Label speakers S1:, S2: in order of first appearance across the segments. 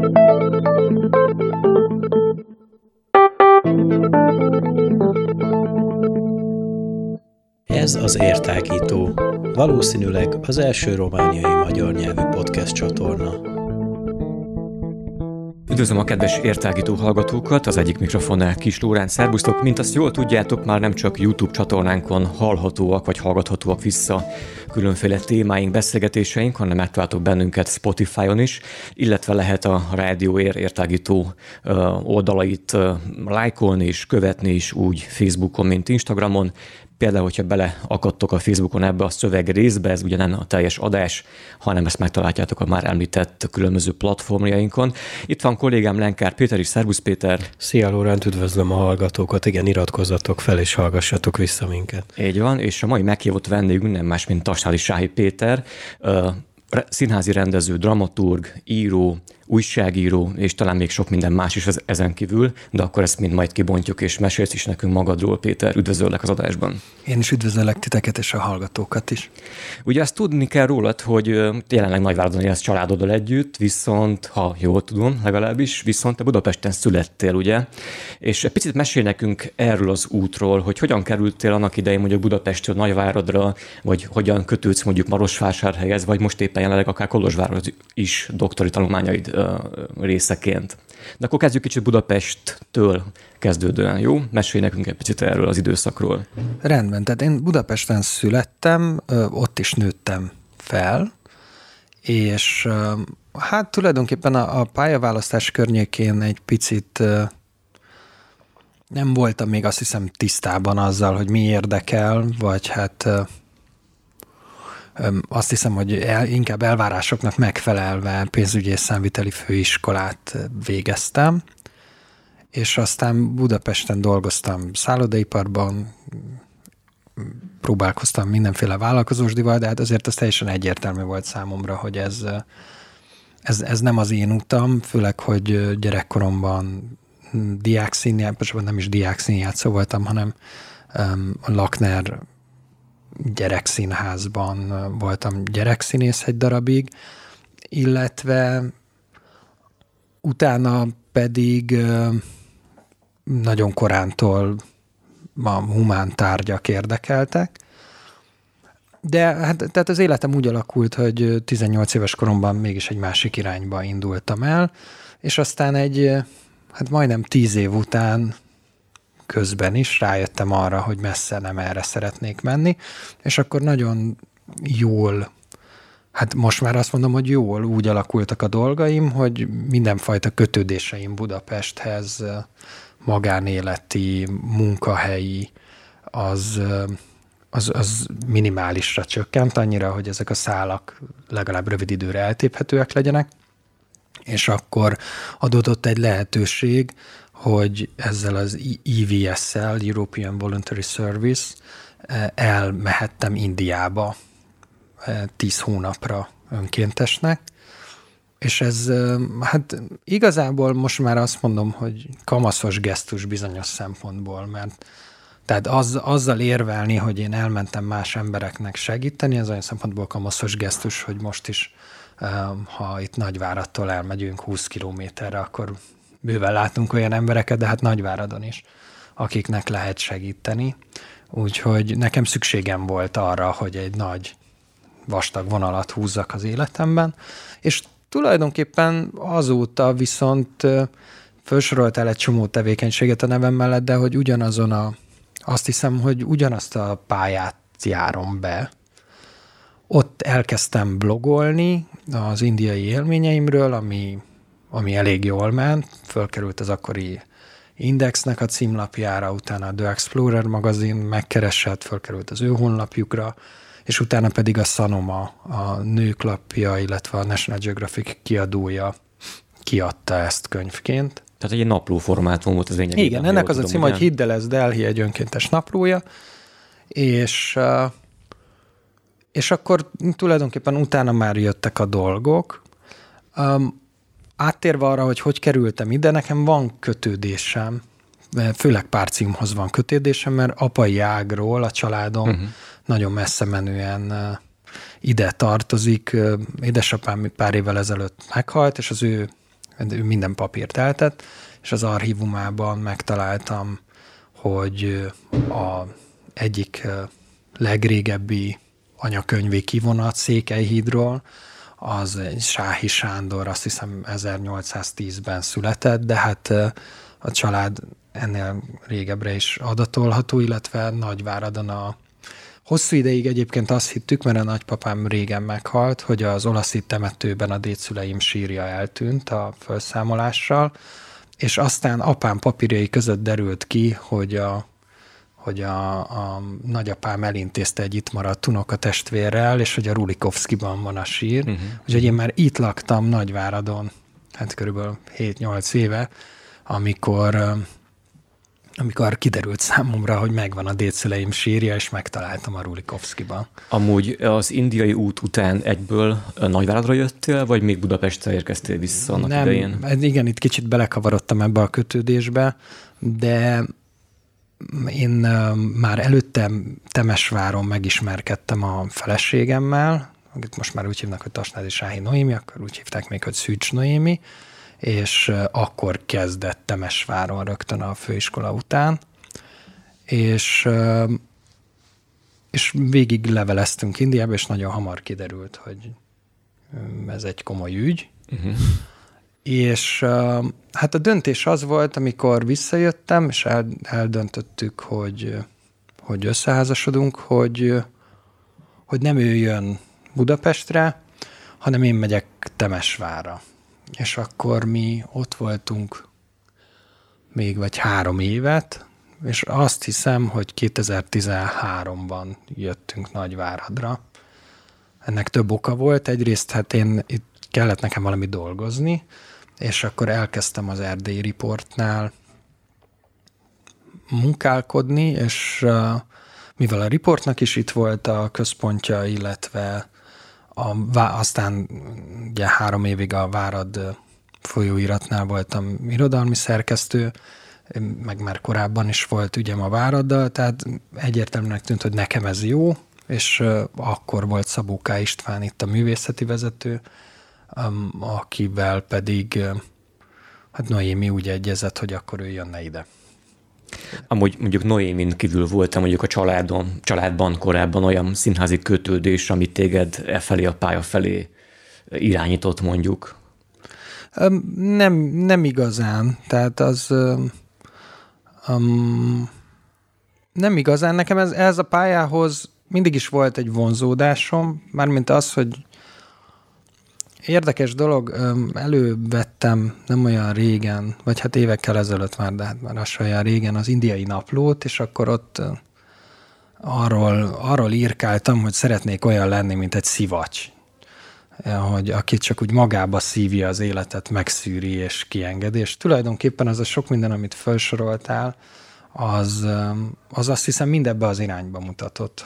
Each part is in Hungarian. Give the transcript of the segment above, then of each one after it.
S1: Ez az Értágító, valószínűleg az első romániai magyar nyelvű podcast csatorna.
S2: Üdvözlöm a kedves Értágító hallgatókat, az egyik mikrofonnál Kis Lórán, szervusztok! Mint azt jól tudjátok, már nem csak YouTube csatornánkon hallhatóak vagy hallgathatóak vissza különféle témáink, beszélgetéseink, hanem megtaláltok bennünket Spotify-on is, illetve lehet a Rádió Értágító oldalait lájkolni és követni is úgy Facebookon, mint Instagramon. Például, hogyha beleakadtok a Facebookon ebbe a szöveg részbe, ez ugye nem a teljes adás, hanem ezt megtaláljátok a már említett különböző platformjainkon. Itt van kollégám Lenkár Péter is, szervusz Péter!
S1: Szia Lóránt, üdvözlöm a hallgatókat, igen, iratkozzatok fel és hallgassatok vissza minket.
S2: Így van, és a mai meghívott vendégünk nem más, mint Tasnádi Sáhi Péter, színházi rendező, dramaturg, író, újságíró, és talán még sok minden más is ezen kívül, de akkor ezt mind majd kibontjuk, és mesélsz is nekünk magadról, Péter. Üdvözöllek az adásban.
S3: Én is üdvözöllek titeket és a hallgatókat is.
S2: Ugye azt tudni kell rólad, hogy jelenleg Nagyváradon élsz családoddal együtt, viszont, ha jól tudom legalábbis, viszont te Budapesten születtél, ugye? És egy picit mesélj nekünk erről az útról, hogy hogyan kerültél annak idején mondjuk Budapestről Nagyváradra, vagy hogyan kötődsz mondjuk Marosvásárhelyhez, vagy most éppen jelenleg akár Kolozsvárhoz is doktori tanulmányaid részeként. De akkor kezdjük kicsit Budapesttől kezdődően, jó? Mesélj nekünk egy picit erről az időszakról.
S3: Rendben, tehát én Budapesten születtem, ott is nőttem fel, és hát tulajdonképpen a pályaválasztás környékén egy picit nem voltam még azt hiszem tisztában azzal, hogy mi érdekel, vagy hát azt hiszem, hogy inkább elvárásoknak megfelelve pénzügyi számviteli főiskolát végeztem, és aztán Budapesten dolgoztam szállodaiparban, próbálkoztam mindenféle vállalkozósdival, de hát azért az teljesen egyértelmű volt számomra, hogy ez nem az én utam, főleg, hogy gyerekkoromban pontosabban nem is diákszínjátszó voltam, hanem a Lakner gyerekszínházban voltam gyerekszínész egy darabig, illetve utána pedig nagyon korántól a humán tárgyak érdekeltek, de hát tehát az életem úgy alakult, hogy 18 éves koromban mégis egy másik irányba indultam el, és aztán hát majdnem 10 év után közben is rájöttem arra, hogy messze nem erre szeretnék menni, és akkor nagyon jól, hát most már azt mondom, hogy jól úgy alakultak a dolgaim, hogy mindenfajta kötődéseim Budapesthez, magánéleti, munkahelyi, az minimálisra csökkent, annyira, hogy ezek a szálak legalább rövid időre eltéphetőek legyenek, és akkor adódott egy lehetőség, hogy ezzel az EVS-szel, European Voluntary Service, elmehettem Indiába 10 hónapra önkéntesnek, és ez hát igazából most már azt mondom, hogy kamaszos gesztus bizonyos szempontból, mert tehát azzal érvelni, hogy én elmentem más embereknek segíteni, ez olyan szempontból kamaszos gesztus, hogy most is, ha itt Nagyváradtól elmegyünk 20 kilométerre, akkor bőven látunk olyan embereket, de hát Nagyváradon is, akiknek lehet segíteni. Úgyhogy nekem szükségem volt arra, hogy egy nagy, vastag vonalat húzzak az életemben, és tulajdonképpen azóta viszont felsoroltál egy csomó tevékenységet a nevem mellett, de hogy azt hiszem, hogy ugyanazt a pályát járom be. Ott elkezdtem blogolni az indiai élményeimről, ami elég jól ment, fölkerült az akkori Indexnek a címlapjára, utána a The Explorer magazin megkeresett, fölkerült az ő honlapjukra, és utána pedig a Sanoma, a nőklapja, illetve a National Geographic kiadója kiadta ezt könyvként.
S2: Tehát egy napló formátum volt az lényegében.
S3: Igen, ennek az a cím, hogy Hidd el, ez Delhi egy önkéntes naplója, és akkor tulajdonképpen utána már jöttek a dolgok. Áttérve arra, hogy kerültem ide, nekem van kötődésem, főleg Párciumhoz van kötődésem, mert apai ágról a családom nagyon messze menően ide tartozik. Édesapám pár évvel ezelőtt meghalt, és az ő minden papírt eltett, és az archívumában megtaláltam, hogy a egyik legrégebbi anyakönyvi kivonat Székelyhídról, az Sáhi Sándor, azt hiszem 1810-ben született, de hát a család ennél régebbre is adatolható, illetve Nagyváradon hosszú ideig egyébként azt hittük, mert a nagypapám régen meghalt, hogy az olaszit temetőben a dédszüleim sírja eltűnt a felszámolással, és aztán apám papírjai között derült ki, hogy a nagyapám elintézte egy itt maradt unokatestvérrel, és hogy a Rulikovszkiban van a sír. Úgyhogy én már itt laktam Nagyváradon, hát körülbelül 7-8 éve, amikor kiderült számomra, hogy megvan a dédszüleim sírja, és megtaláltam a Rulikovszkiban.
S2: Amúgy az indiai út után egyből Nagyváradra jöttél, vagy még Budapestre érkeztél vissza annak idején?
S3: Igen, itt kicsit belekavarodtam ebbe a kötődésbe, de én már előtte Temesváron megismerkedtem a feleségemmel, akit most már úgy hívnak, hogy Tasnádi Sáhi Noémi, akkor úgy hívták még, hogy Szűcs Noémi, és akkor kezdett Temesváron rögtön a főiskola után, és végig leveleztünk Indiába, és nagyon hamar kiderült, hogy ez egy komoly ügy. És hát a döntés az volt, amikor visszajöttem, és eldöntöttük, hogy összeházasodunk, hogy nem ő jön Budapestre, hanem én megyek Temesvárra. És akkor mi ott voltunk még vagy 3 évet, és azt hiszem, hogy 2013-ban jöttünk Nagyváradra. Ennek több oka volt. Egyrészt hát itt kellett nekem valami dolgozni, és akkor elkezdtem az Erdélyi Riportnál munkálkodni, és mivel a Riportnak is itt volt a központja, illetve aztán ugye 3 évig a Várad folyóiratnál voltam irodalmi szerkesztő, meg már korábban is volt ügyem a Váraddal, tehát egyértelműnek tűnt, hogy nekem ez jó, és akkor volt Szabó K. István itt a művészeti vezető, akivel pedig hát Noémi úgy egyezett, hogy akkor ő jönne ide.
S2: Amúgy mondjuk Noémin kívül voltam mondjuk a családban korábban olyan színházi kötődés, amit téged felé a pálya felé irányított mondjuk?
S3: Nem igazán. Tehát az nem igazán. Nekem ez a pályához mindig is volt egy vonzódásom, mármint az, hogy érdekes dolog, elővettem nem olyan régen, vagy hát évekkel ezelőtt már, de hát már az olyan régen az Indiai Naplót, és akkor ott arról írkáltam, hogy szeretnék olyan lenni, mint egy szivacs. Hogy aki csak úgy magába szívja az életet, megszűri és kiengedi. És tulajdonképpen az a sok minden, amit felsoroltál, az azt hiszem mindebbe az irányba mutatott,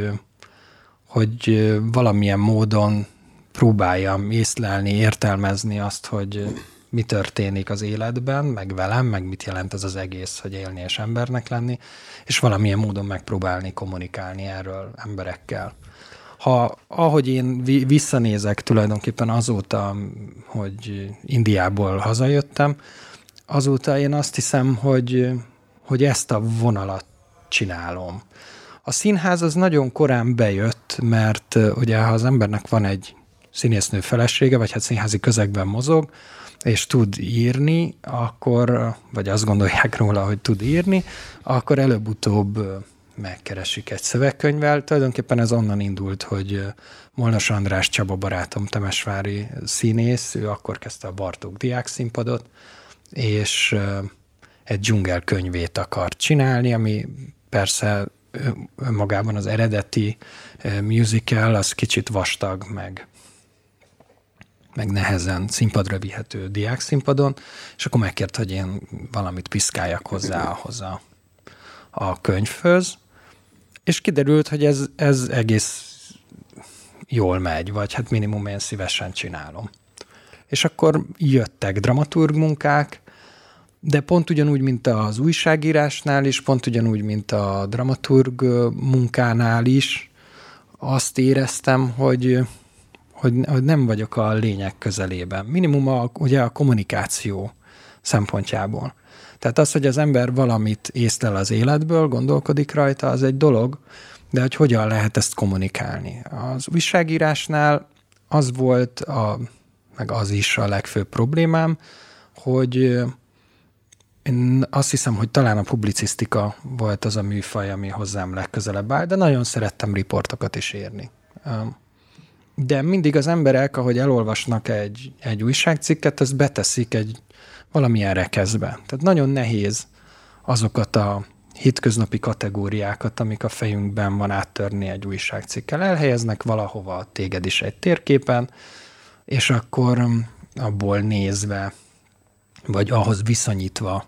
S3: hogy valamilyen módon próbáljam észlelni, értelmezni azt, hogy mi történik az életben, meg velem, meg mit jelent ez az egész, hogy élni és embernek lenni, és valamilyen módon megpróbálni kommunikálni erről emberekkel. Ahogy én visszanézek tulajdonképpen azóta, hogy Indiából hazajöttem, azóta én azt hiszem, hogy ezt a vonalat csinálom. A színház az nagyon korán bejött, mert ugye ha az embernek van egy színésznő felesége, vagy hát színházi közegben mozog, és tud írni, akkor, vagy azt gondolják róla, hogy tud írni, akkor előbb-utóbb megkeresik egy szövegkönyvvel. Tulajdonképpen ez onnan indult, hogy Molnos András Csaba barátom, temesvári színész, ő akkor kezdte a Bartók Diákszínpadot, és egy dzsungel könyvét akart csinálni, ami persze önmagában az eredeti musical, az kicsit vastag, meg nehezen színpadra vihető diákszínpadon, és akkor megkért, hogy én valamit piszkáljak hozzá ahhoz a könyvhöz, és kiderült, hogy ez egész jól megy, vagy hát minimum én szívesen csinálom. És akkor jöttek dramaturg munkák, de pont ugyanúgy, mint az újságírásnál is, pont ugyanúgy, mint a dramaturg munkánál is, azt éreztem, hogy hogy nem vagyok a lényeg közelében. Minimum ugye a kommunikáció szempontjából. Tehát az, hogy az ember valamit észlel az életből, gondolkodik rajta, az egy dolog, de hogy hogyan lehet ezt kommunikálni. Az újságírásnál az volt, meg az is a legfőbb problémám, hogy én azt hiszem, hogy talán a publicisztika volt az a műfaj, ami hozzám legközelebb áll, de nagyon szerettem riportokat is írni. De mindig az emberek, ahogy elolvasnak egy újságcikket, azt beteszik egy valamilyen rekeszbe. Tehát nagyon nehéz azokat a hétköznapi kategóriákat, amik a fejünkben van, áttörni egy újságcikkel. Elhelyeznek valahova téged is egy térképen, és akkor abból nézve, vagy ahhoz viszonyítva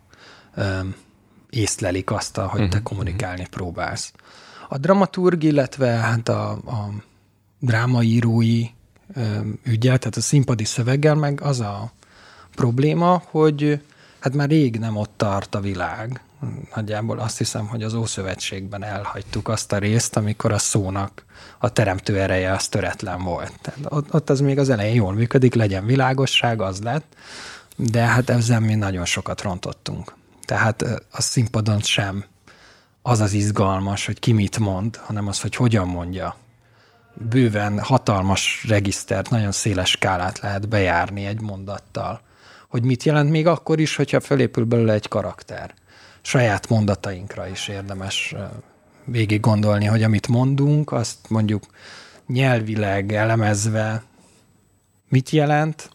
S3: észlelik azt, hogy te kommunikálni próbálsz. A dramaturg, illetve hát a drámaírói ügyel, tehát a színpadi szöveggel meg az a probléma, hogy hát már rég nem ott tart a világ. Nagyjából azt hiszem, hogy az Ószövetségben elhagytuk azt a részt, amikor a szónak a teremtő ereje az töretlen volt. Tehát ott az még az elején jól működik, legyen világosság, az lett, de hát ezzel mi nagyon sokat rontottunk. Tehát a színpadon sem az az izgalmas, hogy ki mit mond, hanem az, hogy hogyan mondja. Bőven hatalmas regisztert, nagyon széles skálát lehet bejárni egy mondattal. Hogy mit jelent még akkor is, hogyha felépül belőle egy karakter. Saját mondatainkra is érdemes végig gondolni, hogy amit mondunk, azt mondjuk nyelvileg elemezve mit jelent.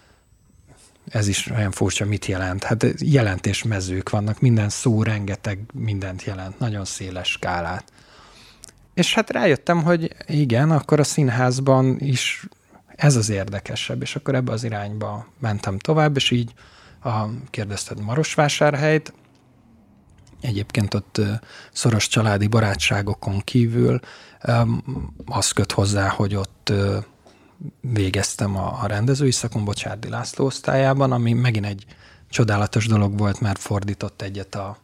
S3: Ez is olyan furcsa, mit jelent. Hát jelentésmezők vannak, minden szó rengeteg mindent jelent, nagyon széles skálát. És hát rájöttem, hogy igen, akkor a színházban is ez az érdekesebb, és akkor ebbe az irányba mentem tovább, és így kérdezted Marosvásárhelyt, egyébként ott szoros családi barátságokon kívül az köt hozzá, hogy ott végeztem a rendezői szakon Bocsárdi László osztályában, ami megint egy csodálatos dolog volt, mert fordított egyet a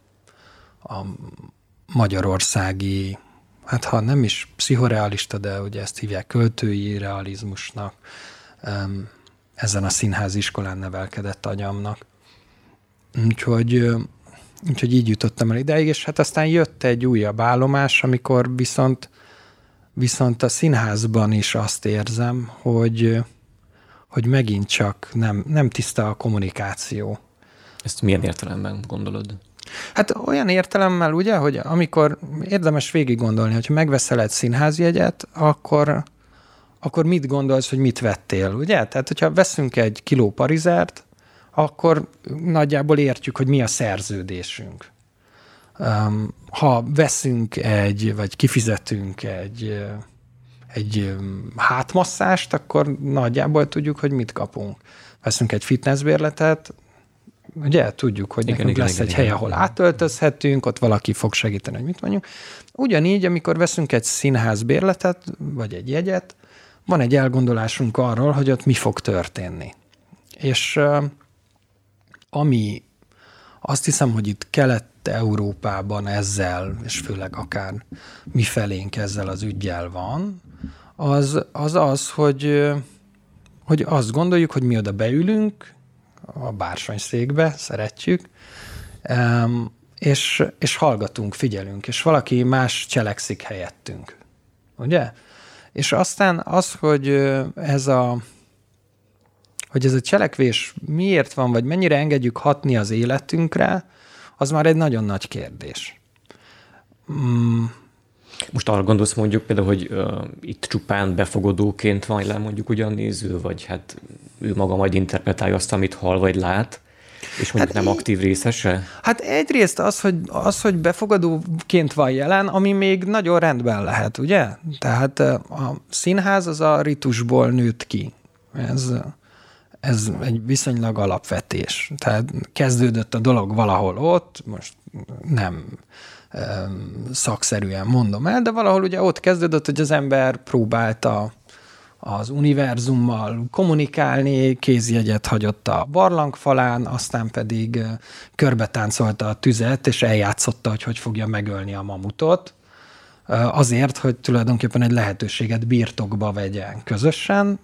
S3: magyarországi, hát ha nem is pszichorealista, de ugye ezt hívják költői realizmusnak, ezen a színházi iskolán nevelkedett agyamnak. Úgyhogy így jutottam el ideig, és hát aztán jött egy újabb állomás, amikor viszont a színházban is azt érzem, hogy megint csak nem tiszta a kommunikáció.
S2: Ezt milyen értelemben gondolod?
S3: Hát olyan értelemmel, ugye, hogy amikor érdemes végig gondolni, hogyha megveszel egy színházjegyet, akkor mit gondolsz, hogy mit vettél, ugye? Tehát, hogyha veszünk egy kiló parizert, akkor nagyjából értjük, hogy mi a szerződésünk. Ha veszünk vagy kifizetünk egy hátmasszást, akkor nagyjából tudjuk, hogy mit kapunk. Veszünk egy fitnessbérletet, ugye tudjuk, hogy nekünk lesz egy hely, ahol átöltözhetünk, ott valaki fog segíteni, hogy mit mondjuk. Ugyanígy, amikor veszünk egy színházbérletet, vagy egy jegyet, van egy elgondolásunk arról, hogy ott mi fog történni. És ami azt hiszem, hogy itt Kelet-Európában ezzel, és főleg akár mi felénk ezzel az üggyel van, az, hogy azt gondoljuk, hogy mi oda beülünk, a bársonyszékbe, szeretjük, és hallgatunk, figyelünk, és valaki más cselekszik helyettünk. Ugye? És aztán az, hogy ez a cselekvés miért van, vagy mennyire engedjük hatni az életünkre, az már egy nagyon nagy kérdés.
S2: Most arra gondolsz mondjuk például, hogy itt csupán befogadóként van le mondjuk ugyan néző, vagy hát ő maga majd interpretálja azt, amit hall vagy lát, és mondjuk nem aktív részese? Hát
S3: egyrészt az, hogy befogadóként van jelen, ami még nagyon rendben lehet, ugye? Tehát a színház az a ritusból nőtt ki. Ez egy viszonylag alapvetés. Tehát kezdődött a dolog valahol ott, most nem szakszerűen mondom el, de valahol ugye ott kezdődött, hogy az ember próbálta az univerzummal kommunikálni, kézjegyet hagyott a barlangfalán, aztán pedig körbetáncolta a tüzet, és eljátszotta, hogy fogja megölni a mamutot, azért, hogy tulajdonképpen egy lehetőséget birtokba vegyen közösen,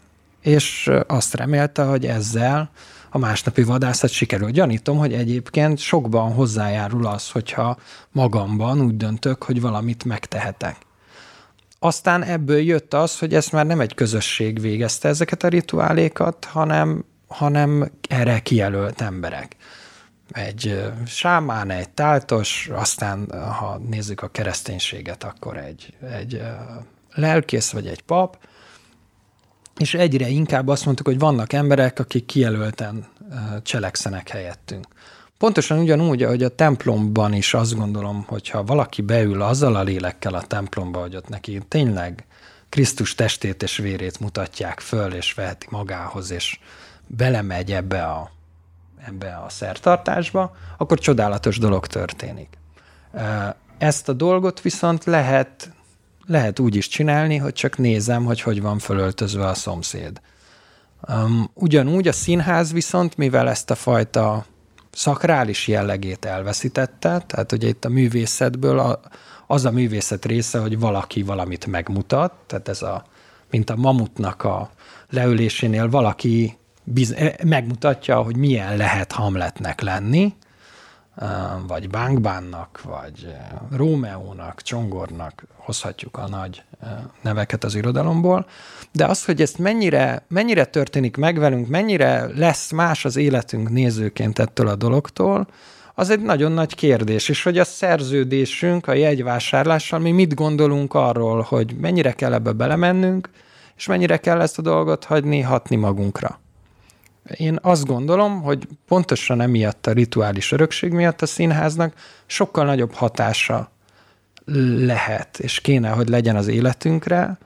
S3: és azt remélte, hogy ezzel a másnapi vadászat sikerül. Gyanítom, hogy egyébként sokban hozzájárul az, hogyha magamban úgy döntök, hogy valamit megtehetek. Aztán ebből jött az, hogy ezt már nem egy közösség végezte ezeket a rituálékat, hanem erre kijelölt emberek. Egy sámán, egy táltos, aztán ha nézzük a kereszténységet, akkor egy lelkész vagy egy pap, és egyre inkább azt mondtuk, hogy vannak emberek, akik kijelölten cselekszenek helyettünk. Pontosan ugyanúgy, ahogy a templomban is azt gondolom, hogyha valaki beül azzal a lélekkel a templomba, hogy ott neki tényleg Krisztus testét és vérét mutatják föl, és veheti magához, és belemegy ebbe a szertartásba, akkor csodálatos dolog történik. Ezt a dolgot viszont lehet úgy is csinálni, hogy csak nézem, hogy van fölöltözve a szomszéd. Ugyanúgy a színház viszont, mivel ezt a fajta szakrális jellegét elveszítette, tehát ugye itt a művészetből az a művészet része, hogy valaki valamit megmutat, tehát mint a mamutnak a leülésénél valaki megmutatja, hogy milyen lehet Hamletnek lenni, vagy Bánkbánnak, vagy Rómeónak, Csongornak, hozhatjuk a nagy neveket az irodalomból, de az, hogy ezt mennyire történik meg velünk, mennyire lesz más az életünk nézőként ettől a dologtól, az egy nagyon nagy kérdés, és hogy a szerződésünk a jegyvásárlással, mi mit gondolunk arról, hogy mennyire kell ebbe belemennünk, és mennyire kell ezt a dolgot hagyni, hatni magunkra. Én azt gondolom, hogy pontosan emiatt a rituális örökség miatt a színháznak sokkal nagyobb hatása lehet, és kéne, hogy legyen az életünkre,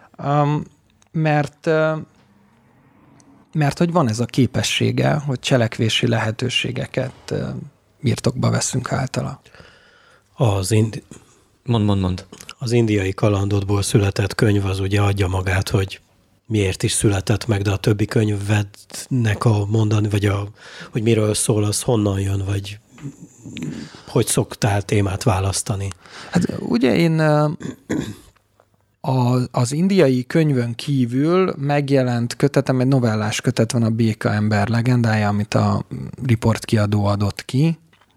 S3: mert hogy van ez a képessége, hogy cselekvési lehetőségeket birtokba veszünk általa.
S2: Mond.
S1: Az indiai kalandodból született könyv az ugye adja magát, hogy miért is született meg, de a többi könyvednek a mondani, vagy hogy miről szól, az honnan jön, vagy hogy szoktál témát választani?
S3: Hát ugye én az indiai könyvön kívül megjelent kötetem, egy novellás kötet van, a Béka ember legendája, amit a Report kiadó adott ki.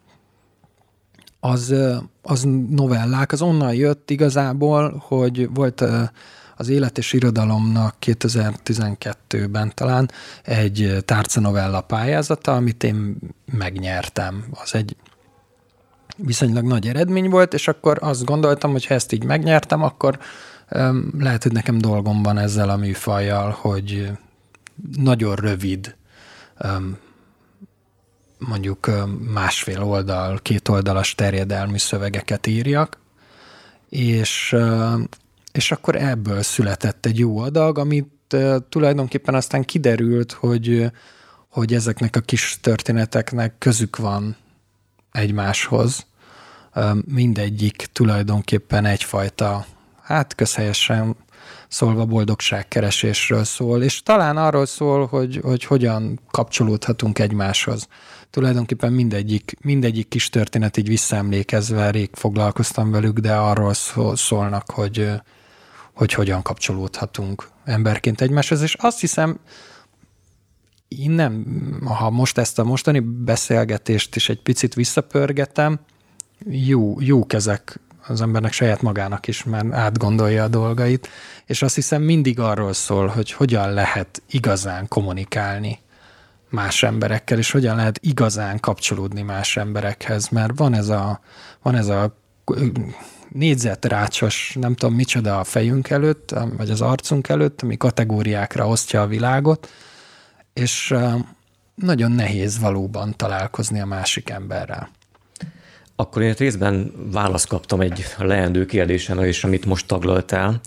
S3: Az novellák, az onnan jött igazából, hogy volt az Élet és Irodalomnak 2012-ben talán egy tárcanovella pályázata, amit én megnyertem. Az egy viszonylag nagy eredmény volt, és akkor azt gondoltam, hogy ha ezt így megnyertem, akkor lehet, hogy nekem dolgom van ezzel a műfajjal, hogy nagyon rövid, mondjuk 1,5 oldal, 2 oldalas terjedelmű szövegeket írjak, és akkor ebből született egy jó adag, amit tulajdonképpen aztán kiderült, hogy ezeknek a kis történeteknek közük van egymáshoz. Mindegyik tulajdonképpen egyfajta, közhelyesen szólva boldogságkeresésről szól, és talán arról szól, hogy hogyan kapcsolódhatunk egymáshoz. Tulajdonképpen mindegyik kis történet így visszaemlékezve, rég foglalkoztam velük, de arról szólnak, hogy hogyan kapcsolódhatunk emberként egymáshoz, és azt hiszem, ha most ezt a mostani beszélgetést is egy picit visszapörgetem, jók ezek az embernek saját magának is, mert átgondolja a dolgait, és azt hiszem mindig arról szól, hogy hogyan lehet igazán kommunikálni más emberekkel, és hogyan lehet igazán kapcsolódni más emberekhez, mert van ez a négyzetrácsos, nem tudom micsoda a fejünk előtt, vagy az arcunk előtt, ami kategóriákra osztja a világot, és nagyon nehéz valóban találkozni a másik emberrel.
S2: Akkor én részben választ kaptam egy leendő kérdésemre is, amit most taglaltál.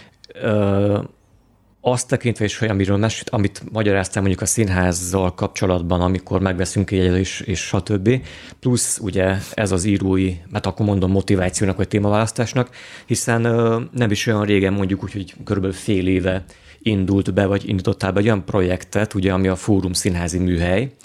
S2: Azt tekintve is, hogy amit magyaráztál mondjuk a színházzal kapcsolatban, amikor megveszünk egy és stb. Plusz ugye ez az írói, mert akkor mondom motivációnak vagy témaválasztásnak, hiszen nem is olyan régen, mondjuk úgy, hogy körülbelül fél éve indítottál be egy olyan projektet, ugye, ami a Fórum Színházi Műhely,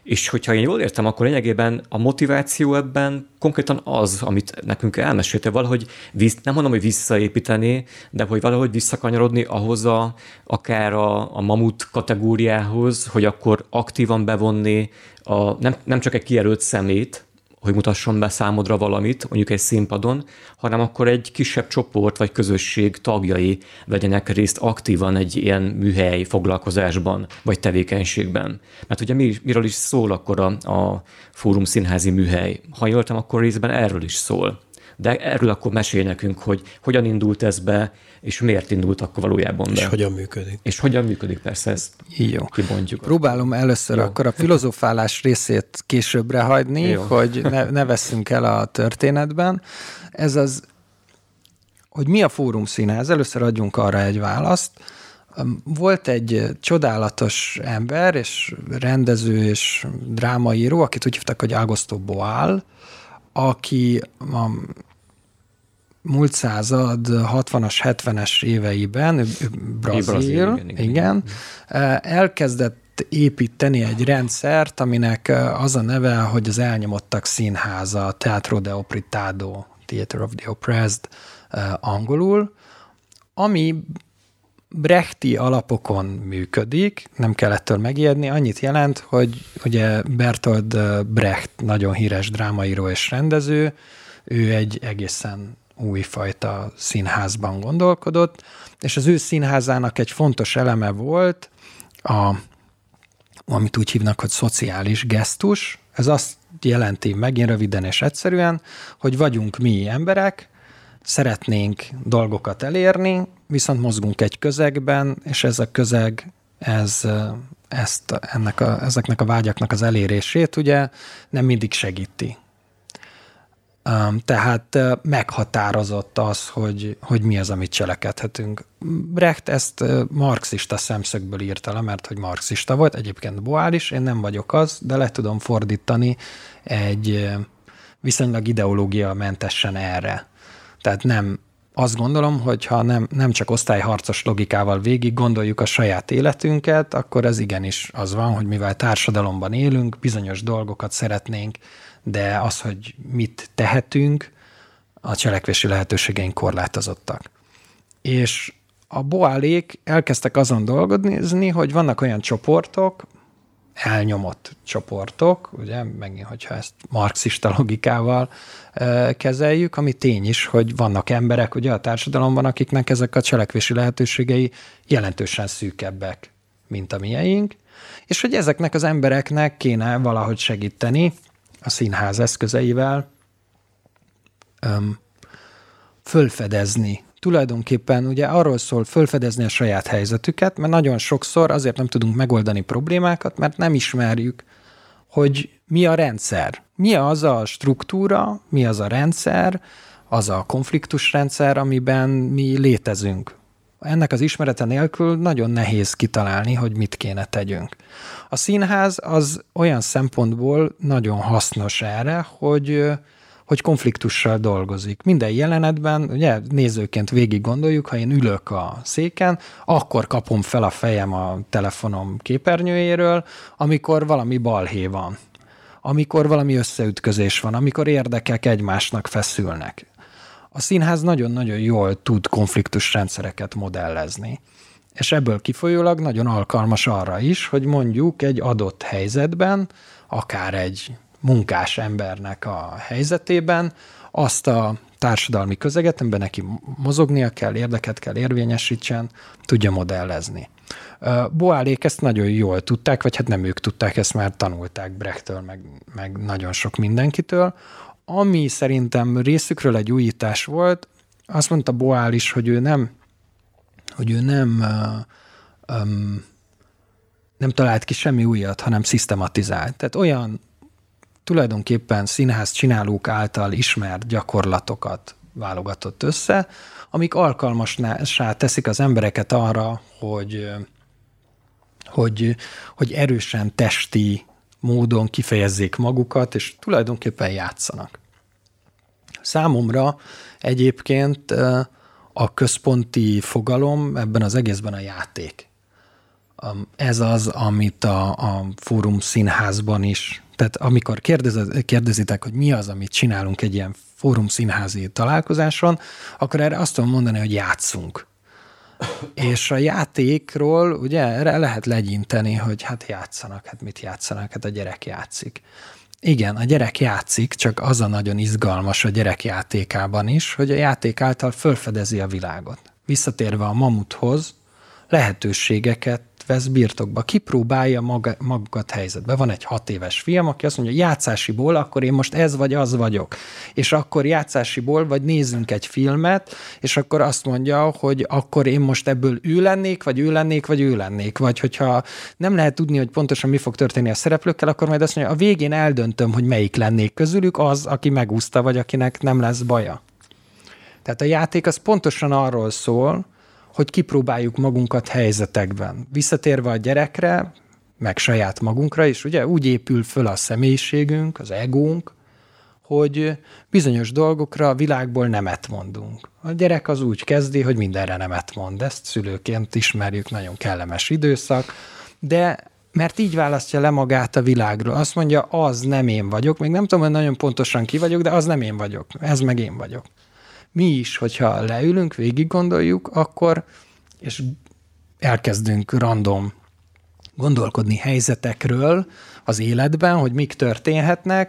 S2: És hogyha én jól értem, akkor lényegében a motiváció ebben konkrétan az, amit nekünk elmesélte, valahogy nem mondom, hogy visszaépíteni, de hogy valahogy visszakanyarodni ahhoz akár a mamut kategóriához, hogy akkor aktívan bevonni nem csak egy kijelölt szemét, hogy mutasson be számodra valamit, mondjuk egy színpadon, hanem akkor egy kisebb csoport vagy közösség tagjai vegyenek részt aktívan egy ilyen műhely foglalkozásban vagy tevékenységben. Mert ugye miről is szól akkor a Fórum Színházi Műhely? Ha jól értem, akkor részben erről is szól. De erről akkor mesélj nekünk, hogy hogyan indult ez be, és miért indult akkor valójában be.
S1: És hogyan működik.
S2: És hogyan működik, persze ezt
S3: jó.
S2: Kibontjuk.
S3: Próbálom először akkor a filozofálás részét későbbre hagyni, jó. Hogy ne vesszünk el a történetben. Ez az, hogy mi a Fórum Színház, először adjunk arra egy választ. Volt egy csodálatos ember, és rendező, és drámaíró, akit úgy hívtak, hogy Augusto Boal, aki a múlt század 60-as, 70-es éveiben, ő brazil, igen, elkezdett építeni egy rendszert, aminek az a neve, hogy az elnyomottak színháza, Teatro de Opritado, Theatre of the Oppressed angolul, ami brechti alapokon működik, nem kell ettől megijedni, annyit jelent, hogy ugye Bertolt Brecht nagyon híres drámaíró és rendező, ő egy egészen újfajta színházban gondolkodott, és az ő színházának egy fontos eleme volt, amit úgy hívnak, hogy szociális gesztus. Ez azt jelenti megint röviden és egyszerűen, hogy vagyunk mi emberek, szeretnénk dolgokat elérni, viszont mozgunk egy közegben, és ez a közeg ezeknek a vágyaknak az elérését ugye nem mindig segíti. Tehát meghatározott az, hogy mi az, amit cselekedhetünk. Brecht ezt marxista szemszögből írta le, mert hogy marxista volt, egyébként Boal is, én nem vagyok az, de le tudom fordítani egy viszonylag ideológiamentesen erre. Tehát nem azt gondolom, hogy ha nem csak osztályharcos logikával végig gondoljuk a saját életünket, akkor ez igenis az van, hogy mivel társadalomban élünk, bizonyos dolgokat szeretnénk, de az, hogy mit tehetünk, a cselekvési lehetőségeink korlátozottak. És a Boalék elkezdtek azon dolgozni, hogy vannak olyan csoportok, elnyomott csoportok, ugye, megint, hogyha ezt marxista logikával kezeljük, ami tény is, hogy vannak emberek ugye a társadalomban, akiknek ezek a cselekvési lehetőségei jelentősen szűkebbek, mint a mieink, és hogy ezeknek az embereknek kéne valahogy segíteni a színház eszközeivel fölfedezni. Tulajdonképpen ugye arról szól fölfedezni a saját helyzetüket, mert nagyon sokszor azért nem tudunk megoldani problémákat, mert nem ismerjük, hogy mi a rendszer. Mi az a struktúra, mi az a rendszer, az a konfliktusrendszer, amiben mi létezünk. Ennek az ismerete nélkül nagyon nehéz kitalálni, hogy mit kéne tegyünk. A színház az olyan szempontból nagyon hasznos erre, hogy konfliktussal dolgozik. Minden jelenetben, ugye nézőként végig gondoljuk, ha én ülök a széken, akkor kapom fel a fejem a telefonom képernyőjéről, amikor valami balhé van, amikor valami összeütközés van, amikor érdekek egymásnak feszülnek. A színház nagyon-nagyon jól tud konfliktusrendszereket modellezni. És ebből kifolyólag nagyon alkalmas arra is, hogy mondjuk egy adott helyzetben, akár egy munkás embernek a helyzetében azt a társadalmi közeget, amiben neki mozognia kell, érdeket kell érvényesítsen, tudja modellezni. Boalék ezt nagyon jól tudták, vagy hát nem ők tudták, ezt már tanulták Brechttől, meg nagyon sok mindenkitől. Ami szerintem részükről egy újítás volt, azt mondta Boal is, hogy ő nem talált ki semmi újat, hanem szisztematizált. Tehát olyan tulajdonképpen színház csinálók által ismert gyakorlatokat válogatott össze, amik alkalmassá teszik az embereket arra, hogy erősen testi módon kifejezzék magukat, és tulajdonképpen játszanak. Számomra egyébként a központi fogalom ebben az egészben a játék. ez az, amit a Fórum Színházban is, tehát amikor kérdezitek, hogy mi az, amit csinálunk egy ilyen Fórum Színházi találkozáson, akkor erre azt tudom mondani, hogy játszunk. És a játékról ugye erre lehet legyinteni, hogy hát játszanak, hát mit játszanak, hát a gyerek játszik. Igen, a gyerek játszik, csak az a nagyon izgalmas a gyerek játékában is, hogy a játék által felfedezi a világot. Visszatérve a mamuthoz, lehetőségeket vesz birtokba, kipróbálja magukat helyzetbe. Van egy 6 éves fiam, aki azt mondja, játszásiból, akkor én most ez vagy az vagyok. És akkor játszásiból, vagy nézzünk egy filmet, és akkor azt mondja, hogy akkor én most ebből ő lennék, vagy ő lennék, vagy ő lennék. Vagy hogyha nem lehet tudni, hogy pontosan mi fog történni a szereplőkkel, akkor majd azt mondja, a végén eldöntöm, hogy melyik lennék közülük az, aki megúszta, vagy akinek nem lesz baja. Tehát a játék az pontosan arról szól, hogy kipróbáljuk magunkat helyzetekben. Visszatérve a gyerekre, meg saját magunkra is, ugye úgy épül föl a személyiségünk, az egónk, hogy bizonyos dolgokra a világból nemet mondunk. A gyerek az úgy kezdi, hogy mindenre nemet mond. Ezt szülőként ismerjük, nagyon kellemes időszak, de mert így választja le magát a világról. Azt mondja, az nem én vagyok, még nem tudom, hogy nagyon pontosan ki vagyok, de az nem én vagyok, ez meg én vagyok. Mi is, hogyha leülünk, végig gondoljuk, akkor, és elkezdünk random gondolkodni helyzetekről az életben, hogy mik történhetnek,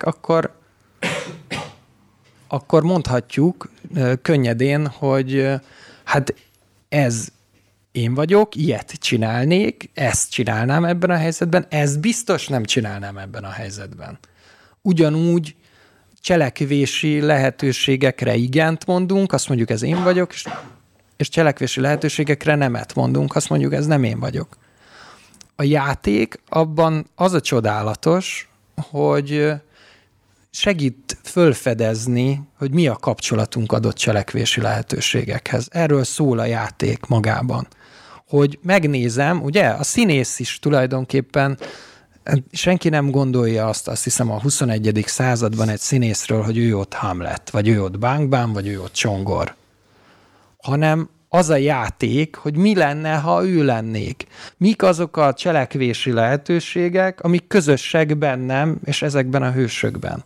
S3: akkor mondhatjuk könnyedén, hogy hát ez én vagyok, ilyet csinálnék, ezt csinálnám ebben a helyzetben, ezt biztos nem csinálnám ebben a helyzetben. Ugyanúgy cselekvési lehetőségekre igent mondunk, azt mondjuk, ez én vagyok, és cselekvési lehetőségekre nemet mondunk, azt mondjuk, ez nem én vagyok. A játék abban az a csodálatos, hogy segít fölfedezni, hogy mi a kapcsolatunk adott cselekvési lehetőségekhez. Erről szól a játék magában. Hogy megnézem, ugye, a színész is tulajdonképpen senki nem gondolja azt hiszem a 21. században egy színészről, hogy ő ott Hamlet, vagy ő ott Bang Bang, vagy ő ott Csongor. Hanem az a játék, hogy mi lenne, ha ő lennék. Mik azok a cselekvési lehetőségek, amik közösek bennem, és ezekben a hősökben.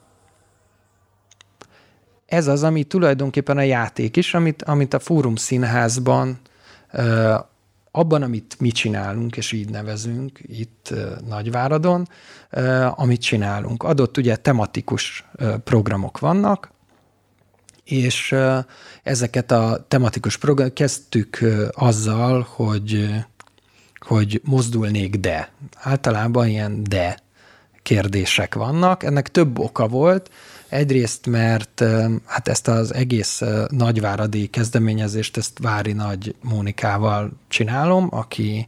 S3: Ez az, ami tulajdonképpen a játék is, amit a Fórum Színházban abban, amit mi csinálunk, és így nevezünk itt Nagyváradon, amit csinálunk. Adott ugye tematikus programok vannak, és ezeket a tematikus programokat kezdtük azzal, hogy mozdulnék de. Általában ilyen de kérdések vannak. Ennek több oka volt. Egyrészt, mert hát ezt az egész nagyváradi kezdeményezést, ezt Vári Nagy Mónikával csinálom, aki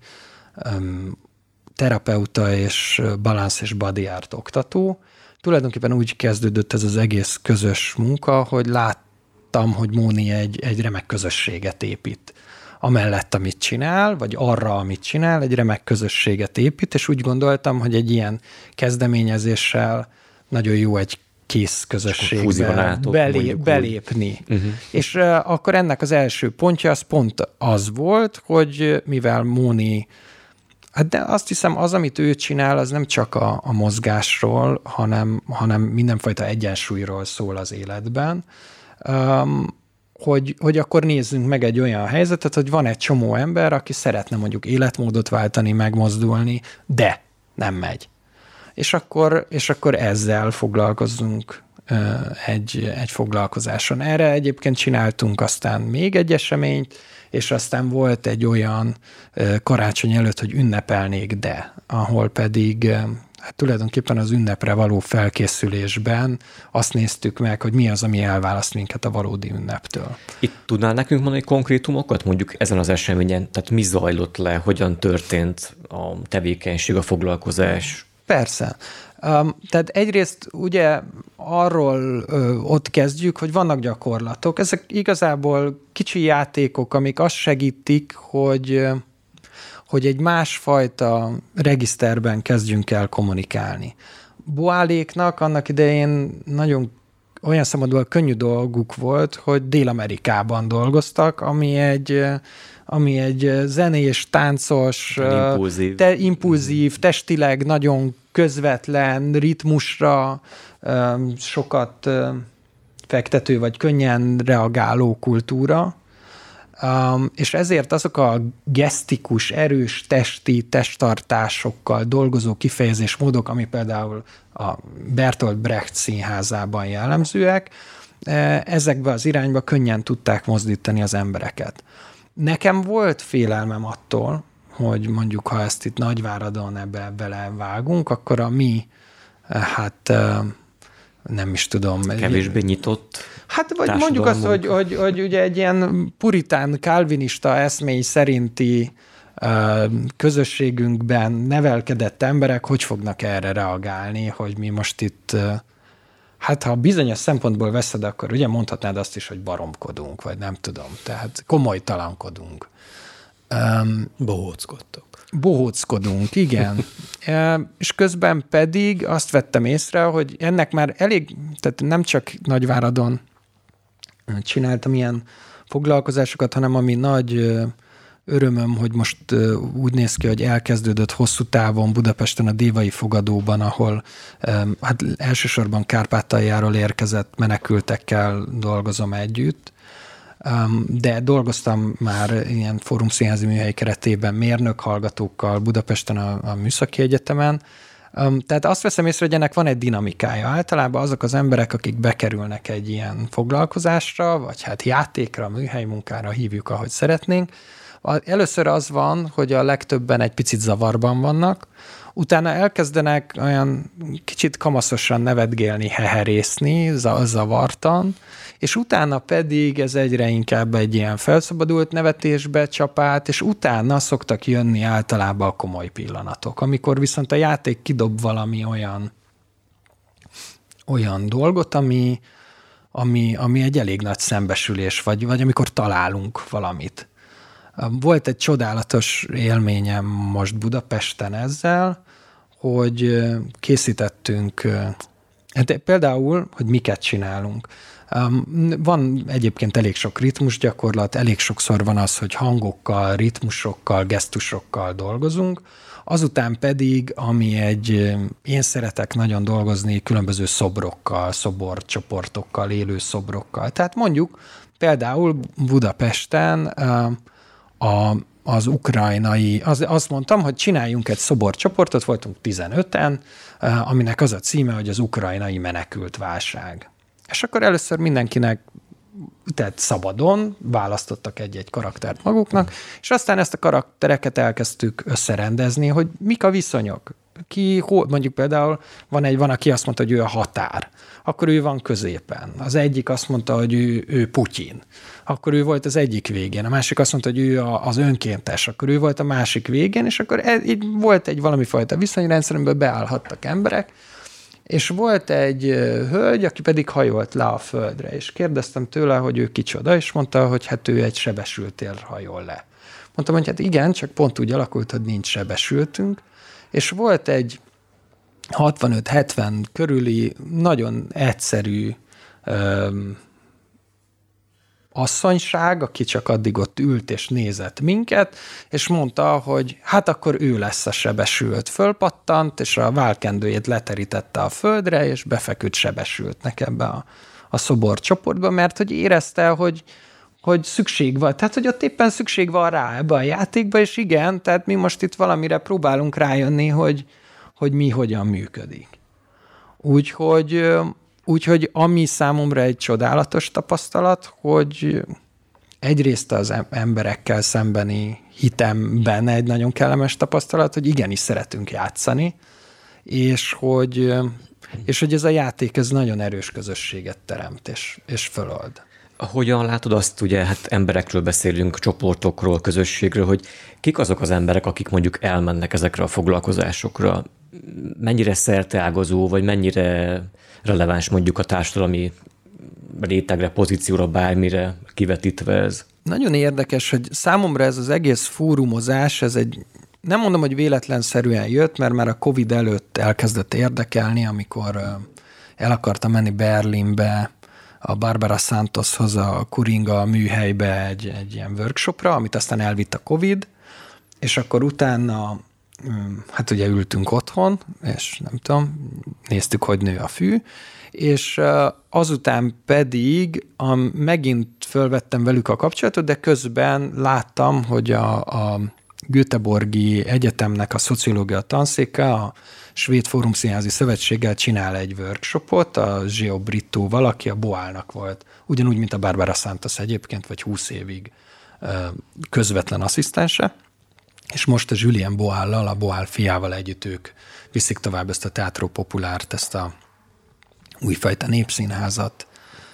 S3: terapeuta és balansz és body art oktató. Tulajdonképpen úgy kezdődött ez az egész közös munka, hogy láttam, hogy Móni egy remek közösséget épít. Amellett, amit csinál, vagy arra, amit csinál, egy remek közösséget épít, és úgy gondoltam, hogy egy ilyen kezdeményezéssel nagyon jó egy kész közösségbe belépni. Uh-huh. És akkor ennek az első pontja az pont az volt, hogy mivel Móni, hát de azt hiszem az, amit ő csinál, az nem csak a mozgásról, hanem mindenfajta egyensúlyról szól az életben, hogy akkor nézzünk meg egy olyan helyzetet, hogy van egy csomó ember, aki szeretne mondjuk életmódot váltani, megmozdulni, de nem megy. És akkor ezzel foglalkozzunk egy foglalkozáson. Erre egyébként csináltunk aztán még egy eseményt, és aztán volt egy olyan karácsony előtt, hogy ünnepelnék, de ahol pedig hát tulajdonképpen az ünnepre való felkészülésben azt néztük meg, hogy mi az, ami elválaszt minket a valódi ünneptől.
S2: Itt tudnál nekünk mondani konkrétumokat, mondjuk ezen az eseményen? Tehát mi zajlott le, hogyan történt a tevékenység, a foglalkozás?
S3: Persze. Tehát egyrészt ugye arról ott kezdjük, hogy vannak gyakorlatok. Ezek igazából kicsi játékok, amik azt segítik, hogy egy másfajta regiszterben kezdjünk el kommunikálni. Boáléknak annak idején nagyon olyan szempontból könnyű dolguk volt, hogy Dél-Amerikában dolgoztak, ami egy zenés, táncos, impulzív, testileg nagyon közvetlen, ritmusra sokat fektető, vagy könnyen reagáló kultúra, és ezért azok a gesztikus, erős testi testtartásokkal dolgozó kifejezésmódok, ami például a Bertolt Brecht színházában jellemzőek, ezekbe az irányba könnyen tudták mozdítani az embereket. Nekem volt félelmem attól, hogy mondjuk, ha ezt itt Nagyváradon ebbe belevágunk, akkor a mi, nem is tudom.
S2: Kevésbé nyitott.
S3: Hát vagy mondjuk azt, hogy ugye egy ilyen puritán, kalvinista eszmény szerinti közösségünkben nevelkedett emberek hogy fognak erre reagálni, hogy mi most itt, ha bizonyos szempontból veszed, akkor ugye mondhatnád azt is, hogy baromkodunk, vagy nem tudom, tehát komolytalankodunk. Bohóckodunk, igen. És közben pedig azt vettem észre, hogy ennek már elég, tehát nem csak Nagyváradon csináltam ilyen foglalkozásokat, hanem ami nagy örömöm, hogy most úgy néz ki, hogy elkezdődött hosszú távon Budapesten a Dévai Fogadóban, ahol elsősorban Kárpátaljáról érkezett menekültekkel dolgozom együtt, de dolgoztam már ilyen fórumszínházi műhely keretében mérnök hallgatókkal Budapesten a Műszaki Egyetemen. Tehát azt veszem észre, hogy ennek van egy dinamikája. Általában azok az emberek, akik bekerülnek egy ilyen foglalkozásra, vagy játékra, műhely munkára, hívjuk, ahogy szeretnénk. Először az van, hogy a legtöbben egy picit zavarban vannak, utána elkezdenek olyan kicsit kamaszosan nevetgélni, heherészni, zavartan, és utána pedig ez egyre inkább egy ilyen felszabadult nevetésbe csap át, és utána szoktak jönni általában a komoly pillanatok, amikor viszont a játék kidob valami olyan dolgot, ami egy elég nagy szembesülés, vagy amikor találunk valamit. Volt egy csodálatos élményem most Budapesten ezzel, hogy készítettünk, például, hogy miket csinálunk. Van egyébként elég sok ritmusgyakorlat, elég sokszor van az, hogy hangokkal, ritmusokkal, gesztusokkal dolgozunk, azután pedig, én szeretek nagyon dolgozni különböző szobrokkal, szoborcsoportokkal, élő szobrokkal. Tehát mondjuk például Budapesten az ukrajnai, azt mondtam, hogy csináljunk egy szoborcsoportot, voltunk 15-en, aminek az a címe, hogy az ukrajnai menekült válság. És akkor először mindenkinek, tehát szabadon választottak egy-egy karaktert maguknak, és aztán ezt a karaktereket elkezdtük összerendezni, hogy mik a viszonyok. Mondjuk például van, aki azt mondta, hogy ő a határ, akkor ő van középen. Az egyik azt mondta, hogy ő Putyin, akkor ő volt az egyik végén. A másik azt mondta, hogy ő az önkéntes, akkor ő volt a másik végén, és akkor így volt egy valamifajta viszonyrendszer, amiből beállhattak emberek, és volt egy hölgy, aki pedig hajolt le a földre, és kérdeztem tőle, hogy ő kicsoda, és mondta, hogy ő egy sebesültél hajol le. Mondtam, hogy igen, csak pont úgy alakult, hogy nincs sebesültünk, és volt egy 65-70 körüli, nagyon egyszerű asszonyság, aki csak addig ott ült és nézett minket, és mondta, hogy akkor ő lesz a sebesült. Fölpattant, és a válkendőjét leterítette a földre, és befeküdt sebesültnek ebbe a szoborcsoportba, mert hogy érezte, hogy szükség van. Tehát, hogy ott éppen szükség van rá ebbe a játékba, és igen, tehát mi most itt valamire próbálunk rájönni, hogy mi hogyan működik. Úgyhogy ami számomra egy csodálatos tapasztalat, hogy egyrészt az emberekkel szembeni hitemben egy nagyon kellemes tapasztalat, hogy igenis szeretünk játszani, és hogy ez a játék ez nagyon erős közösséget teremt, és fölold.
S2: Hogyan látod azt, ugye, emberekről beszélünk, csoportokról, közösségről, hogy kik azok az emberek, akik mondjuk elmennek ezekre a foglalkozásokra? Mennyire szerteágazó, vagy mennyire releváns mondjuk a társadalmi rétegre, pozícióra, bármire kivetítve ez?
S3: Nagyon érdekes, hogy számomra ez az egész fórumozás, nem mondom, hogy véletlenszerűen jött, mert már a Covid előtt elkezdett érdekelni, amikor el akartam menni Berlinbe a Barbara Santoshoz a Kuringa műhelybe egy ilyen workshopra, amit aztán elvitt a Covid, és akkor utána hát ugye ültünk otthon, és nem tudom, néztük, hogy nő a fű, és azután pedig megint fölvettem velük a kapcsolatot, de közben láttam, hogy a Göteborgi Egyetemnek a szociológia tanszéke, a Svéd Fórumszínházi Szövetséggel csinál egy workshopot, a Gio Brittóval, aki a Boalnak volt, ugyanúgy, mint a Barbara Santos egyébként, vagy 20 évig közvetlen asszisztense, és most a Julien Boallal, a Boal fiával együtt ők viszik tovább ezt a Teatro Populárt, ezt a újfajta népszínházat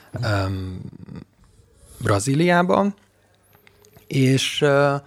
S3: Brazíliában, és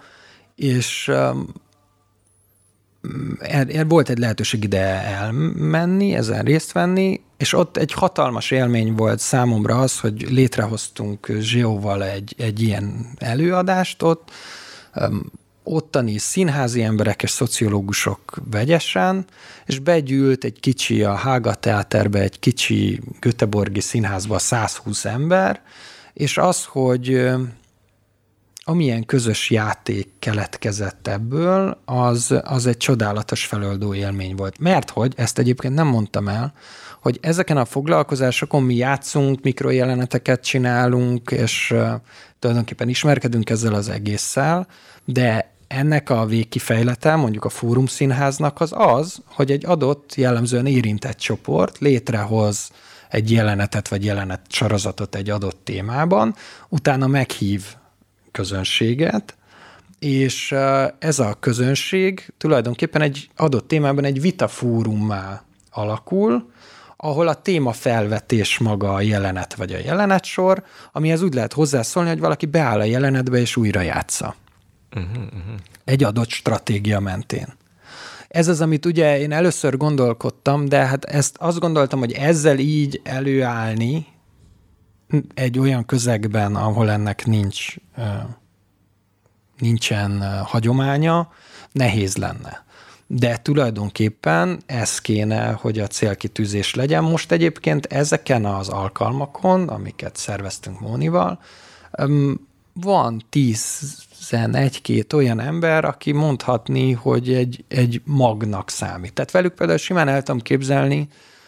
S3: volt egy lehetőség ide elmenni, ezen részt venni, és ott egy hatalmas élmény volt számomra az, hogy létrehoztunk Zsióval egy ilyen előadást ott, ottani színházi emberek és szociológusok vegyesen, és begyűlt egy kicsi a Hága Teáterbe, egy kicsi Göteborgi színházba 120 ember, és az, hogy amilyen közös játék keletkezett ebből, az egy csodálatos feloldó élmény volt. Mert hogy, ezt egyébként nem mondtam el, hogy ezeken a foglalkozásokon mi játszunk, mikrojeleneteket csinálunk, és tulajdonképpen ismerkedünk ezzel az egésszel, de ennek a végkifejlete, mondjuk a Fórumszínháznak az, hogy egy adott jellemzően érintett csoport létrehoz egy jelenetet vagy jelenetsorozatot egy adott témában, utána meghív közönséget, és ez a közönség tulajdonképpen egy adott témában egy vitafórummá alakul, ahol a témafelvetés maga a jelenet vagy a jelenetsor, amihez úgy lehet hozzászólni, hogy valaki beáll a jelenetbe és újra játsza. Egy adott stratégia mentén. Ez az, amit ugye én először gondolkodtam, de hát ezt azt gondoltam, hogy ezzel így előállni egy olyan közegben, ahol ennek nincsen hagyománya, nehéz lenne. De tulajdonképpen ez kéne, hogy a célkitűzés legyen. Most egyébként ezeken az alkalmakon, amiket szerveztünk Mónival, van 11-2 olyan ember, aki mondhatni, hogy egy magnak számít. Tehát velük például simán el tudom képzelni,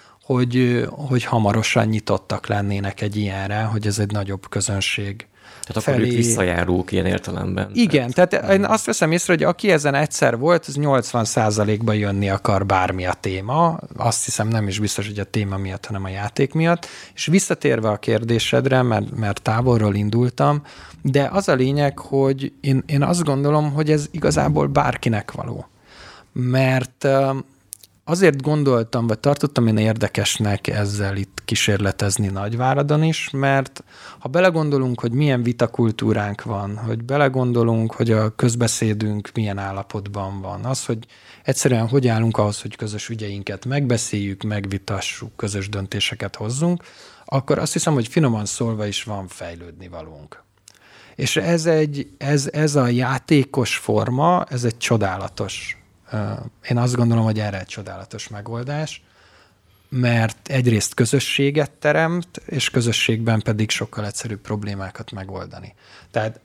S3: hogy hamarosan nyitottak lennének egy ilyenre, hogy ez egy nagyobb közönség.
S2: Tehát akkor ők visszajárók ilyen értelemben.
S3: Igen, tehát én azt veszem észre, hogy aki ezen egyszer volt, az 80%-ban jönni akar bármi a téma. Azt hiszem nem is biztos, hogy a téma miatt, hanem a játék miatt. És visszatérve a kérdésedre, mert távolról indultam, de az a lényeg, hogy én azt gondolom, hogy ez igazából bárkinek való. Mert azért gondoltam, vagy tartottam én érdekesnek ezzel itt kísérletezni Nagyváradon is, mert ha belegondolunk, hogy milyen vitakultúránk van, hogy belegondolunk, hogy a közbeszédünk milyen állapotban van, az, hogy egyszerűen hogy állunk ahhoz, hogy közös ügyeinket megbeszéljük, megvitassuk, közös döntéseket hozzunk, akkor azt hiszem, hogy finoman szólva is van fejlődni valónk. És ez a játékos forma, ez egy csodálatos. Én azt gondolom, hogy erre egy csodálatos megoldás, mert egyrészt közösséget teremt, és közösségben pedig sokkal egyszerűbb problémákat megoldani. Tehát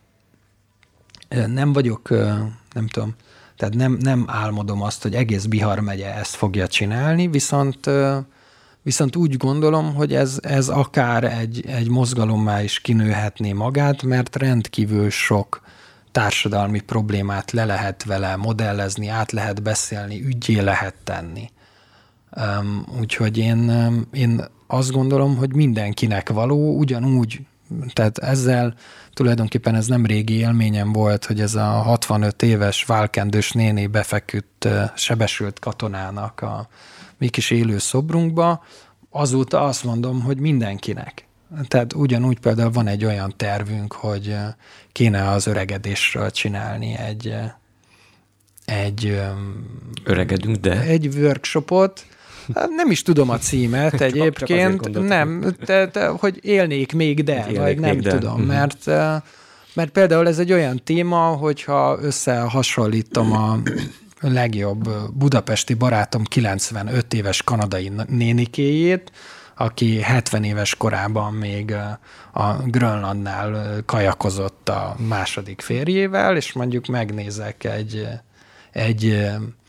S3: nem vagyok, nem tudom, tehát nem álmodom azt, hogy egész Bihar megye ezt fogja csinálni, viszont úgy gondolom, hogy ez akár egy mozgalommá is kinőhetné magát, mert rendkívül sok társadalmi problémát le lehet vele modellezni, át lehet beszélni, üggyé lehet tenni. Úgyhogy én azt gondolom, hogy mindenkinek való, ugyanúgy, tehát ezzel tulajdonképpen ez nem régi élményem volt, hogy ez a 65 éves válkendős néni befeküdt, sebesült katonának a mi kis élő szobrunkba, azóta azt mondom, hogy mindenkinek. Tehát ugyanúgy például van egy olyan tervünk, hogy kéne az öregedésről csinálni egy
S2: öregedünk, de?
S3: Egy workshopot. Nem is tudom a címet egyébként. Nem, hogy élnék még, de, vagy nem tudom. Mert például ez egy olyan téma, hogyha összehasonlítom a legjobb budapesti barátom 95 éves kanadai nénikéjét, aki 70 éves korában még a Grönlandnál kajakozott a második férjével, és mondjuk megnézek egy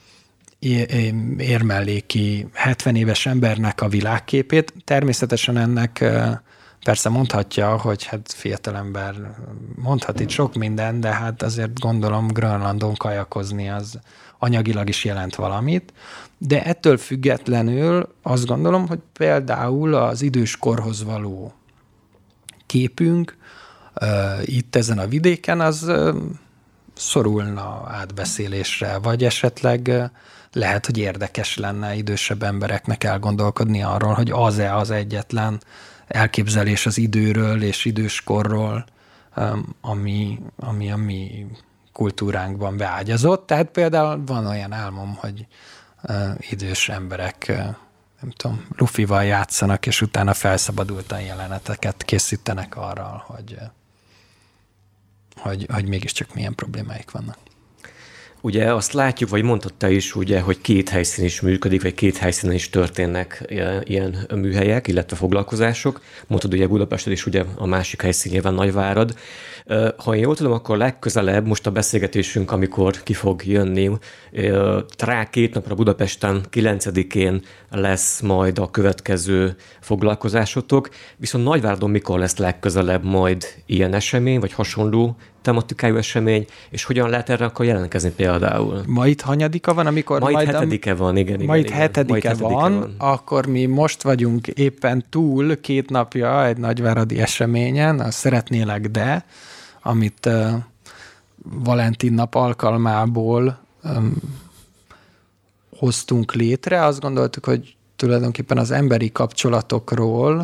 S3: érmelléki 70 éves embernek a világképét. Természetesen ennek persze mondhatja, hogy hát fiatalember mondhat itt sok minden, de hát azért gondolom Grönlandon kajakozni az anyagilag is jelent valamit. De ettől függetlenül azt gondolom, hogy például az időskorhoz való képünk itt ezen a vidéken az szorulna átbeszélésre, vagy esetleg lehet, hogy érdekes lenne idősebb embereknek elgondolkodni arról, hogy az-e az egyetlen elképzelés az időről és időskorról, ami a mi kultúránkban beágyazott. Tehát például van olyan álmom, hogy idős emberek, nem tudom, lufival játszanak, és utána felszabadultan jeleneteket készítenek arra, hogy mégiscsak milyen problémáik vannak.
S2: Ugye azt látjuk, vagy mondtad te is, ugye, hogy 2 helyszín is működik, vagy 2 helyszínen is történnek ilyen műhelyek, illetve foglalkozások. Mondtad ugye Budapesten is ugye a másik helyszín nyilván Nagyvárad. Ha én jól tudom, akkor legközelebb most a beszélgetésünk, amikor ki fog jönni, rá 2 napra Budapesten 9-én lesz majd a következő foglalkozásotok, viszont Nagyváradon mikor lesz legközelebb majd ilyen esemény, vagy hasonló tematikájú esemény, és hogyan lehet erre akkor jelentkezni például?
S3: Ma itt hanyadika van, amikor...
S2: Ma itt 7-e van, igen.
S3: Ma itt 7-e van, akkor mi most vagyunk éppen túl 2 napja egy nagyváradi eseményen, a Szeretnélek de, amit Valentin nap alkalmából hoztunk létre. Azt gondoltuk, hogy tulajdonképpen az emberi kapcsolatokról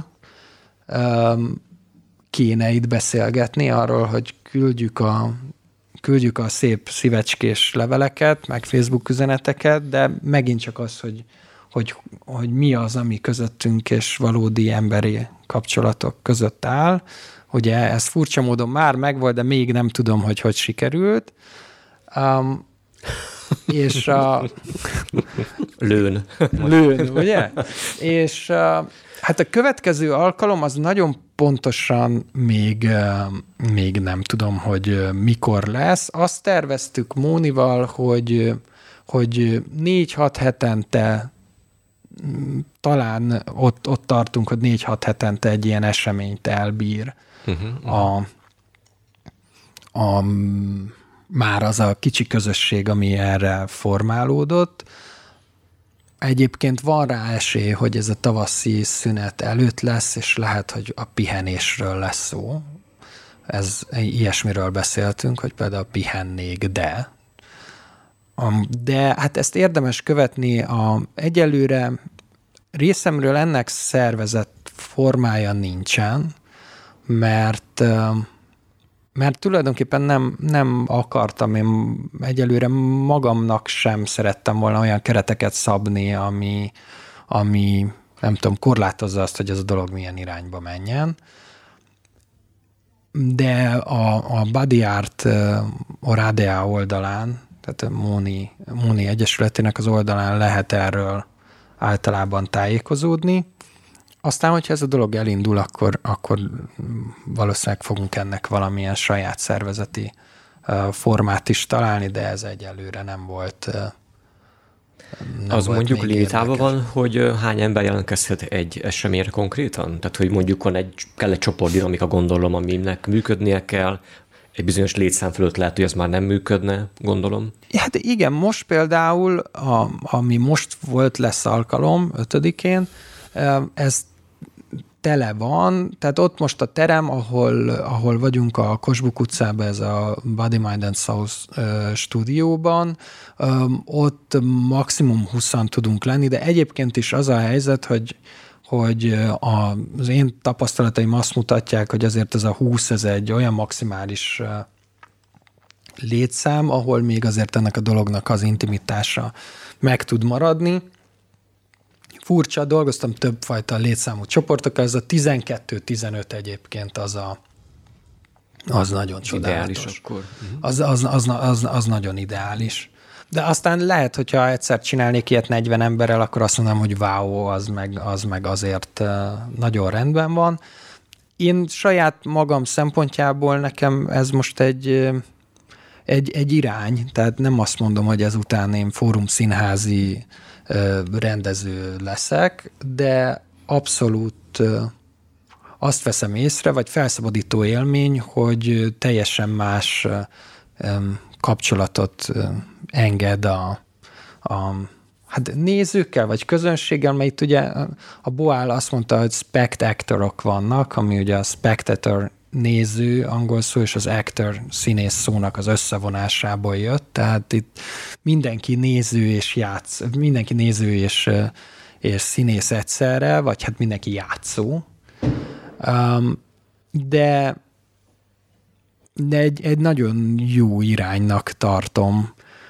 S3: kéne itt beszélgetni, arról, hogy küldjük a szép szívecskés leveleket, meg Facebook üzeneteket, de megint csak az, hogy mi az, ami közöttünk és valódi emberi kapcsolatok között áll. Ugye ez furcsa módon már megvolt, de még nem tudom, hogy sikerült. És
S2: Lőn,
S3: ugye? És hát a következő alkalom az nagyon pontosan még nem tudom, hogy mikor lesz. Azt terveztük Mónival, hogy 4-6 hetente talán ott tartunk, hogy 4-6 hetente egy ilyen eseményt elbír már az a kicsi közösség, ami erre formálódott. Egyébként van rá esély, hogy ez a tavaszi szünet előtt lesz, és lehet, hogy a pihenésről lesz szó. Ilyesmiről beszéltünk, hogy például pihennék, de hát ezt érdemes követni. Egyelőre részemről ennek szervezett formája nincsen, mert tulajdonképpen nem akartam, én egyelőre magamnak sem szerettem volna olyan kereteket szabni, ami nem tudom, korlátozza azt, hogy ez a dolog milyen irányba menjen. De a Body Art Oradea oldalán, tehát a Móni Egyesületének az oldalán lehet erről általában tájékozódni. Aztán, hogyha ez a dolog elindul, akkor valószínűleg fogunk ennek valamilyen saját szervezeti formát is találni, de ez egyelőre nem volt.
S2: Az mondjuk limitálva van, hogy hány ember jelentkezhet egy eseményre konkrétan? Tehát, hogy mondjuk kell egy csoportdinamika, gondolom, aminek működnie kell, egy bizonyos létszám fölött lehet, hogy ez már nem működne, gondolom.
S3: Hát igen, most például, ami most lesz alkalom, 5-én, ez tele van, tehát ott most a terem, ahol vagyunk a Kossuth utcában, ez a Body, Mind and Soul stúdióban, ott maximum 20-an tudunk lenni, de egyébként is az a helyzet, hogy az én tapasztalataim azt mutatják, hogy azért ez a 20, ez egy olyan maximális létszám, ahol még azért ennek a dolognak az intimitása meg tud maradni. Furcsa, dolgoztam többfajta létszámú csoportokkal, ez a 12-15 egyébként az nagyon csodálatos.
S2: Ideális akkor.
S3: Az nagyon ideális. De aztán lehet, hogyha egyszer csinálnék ilyet 40 emberrel, akkor azt mondom, hogy wow, az meg azért nagyon rendben van. Én saját magam szempontjából nekem ez most egy irány, tehát nem azt mondom, hogy ezután én fórumszínházi rendező leszek, de abszolút azt veszem észre, vagy felszabadító élmény, hogy teljesen más kapcsolatot enged a nézőkkel, vagy közönséggel, mert itt ugye a Boál azt mondta, hogy spectatorok vannak, ami ugye a spectator néző angol szó, és az actor színész szónak az összevonásából jött, tehát itt mindenki néző és mindenki néző és színész egyszerre, vagy hát mindenki játszó. De egy nagyon jó iránynak tartom,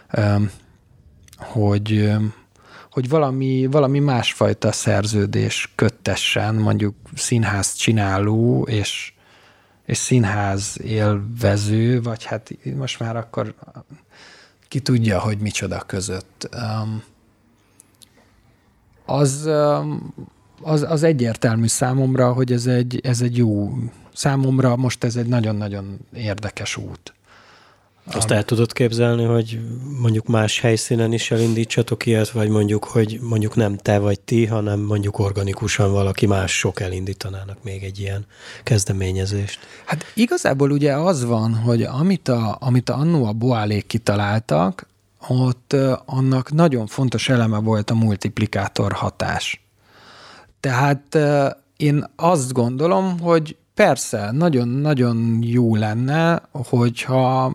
S3: hogy valami másfajta szerződés köttessen, mondjuk színház csináló és színház élvező, vagy hát most már akkor ki tudja, hogy micsoda között. Az egyértelmű számomra, hogy ez egy jó, számomra most ez egy nagyon-nagyon érdekes út.
S1: Azt el tudod képzelni, hogy mondjuk más helyszínen is elindítsatok ilyet, vagy mondjuk nem te vagy ti, hanem mondjuk organikusan valaki mások elindítanának még egy ilyen kezdeményezést?
S3: Hát igazából ugye az van, hogy amit annó a Boálék kitaláltak, ott annak nagyon fontos eleme volt a multiplikátor hatás. Tehát én azt gondolom, hogy persze, nagyon-nagyon jó lenne, hogyha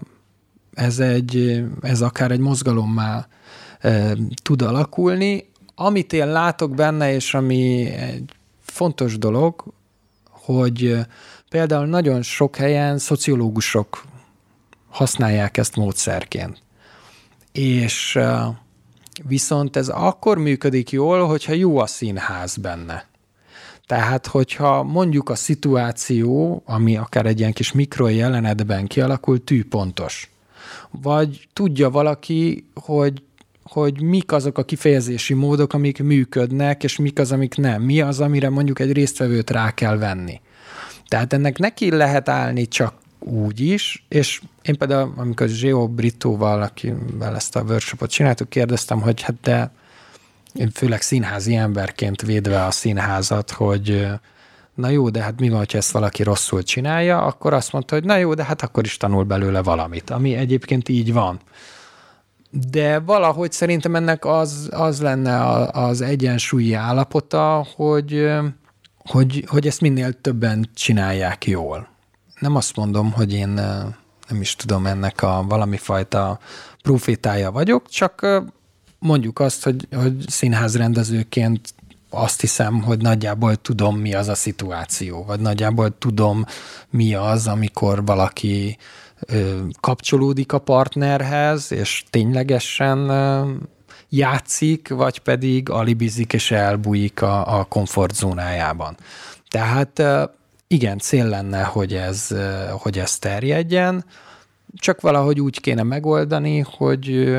S3: ez akár egy mozgalommá tud alakulni. Amit én látok benne, és ami egy fontos dolog, hogy például nagyon sok helyen szociológusok használják ezt módszerként. És viszont ez akkor működik jól, hogyha jó a színház benne. Tehát, hogyha mondjuk a szituáció, ami akár egy ilyen kis mikrojelenetben kialakul, tűpontos. Vagy tudja valaki, hogy mik azok a kifejezési módok, amik működnek, és mik az, amik nem. Mi az, amire mondjuk egy résztvevőt rá kell venni. Tehát ennek neki lehet állni csak úgy is, és én például, amikor Zseo Britóval, akivel ezt a workshopot csináltuk, kérdeztem, hogy hát de én főleg színházi emberként védve a színházat, hogy na jó, de hát mi van, hogyha ezt valaki rosszul csinálja, akkor azt mondta, hogy na jó, de hát akkor is tanul belőle valamit, ami egyébként így van. De valahogy szerintem ennek az lenne az egyensúlyi állapota, hogy ezt minél többen csinálják jól. Nem azt mondom, hogy én nem is tudom, ennek a valamifajta profétája vagyok, csak mondjuk azt, hogy színházrendezőként azt hiszem, hogy nagyjából tudom, mi az a szituáció, vagy nagyjából tudom, mi az, amikor valaki kapcsolódik a partnerhez, és ténylegesen játszik, vagy pedig alibizik és elbújik a komfortzónájában. Tehát igen, cél lenne, hogy ez terjedjen, csak valahogy úgy kéne megoldani, hogy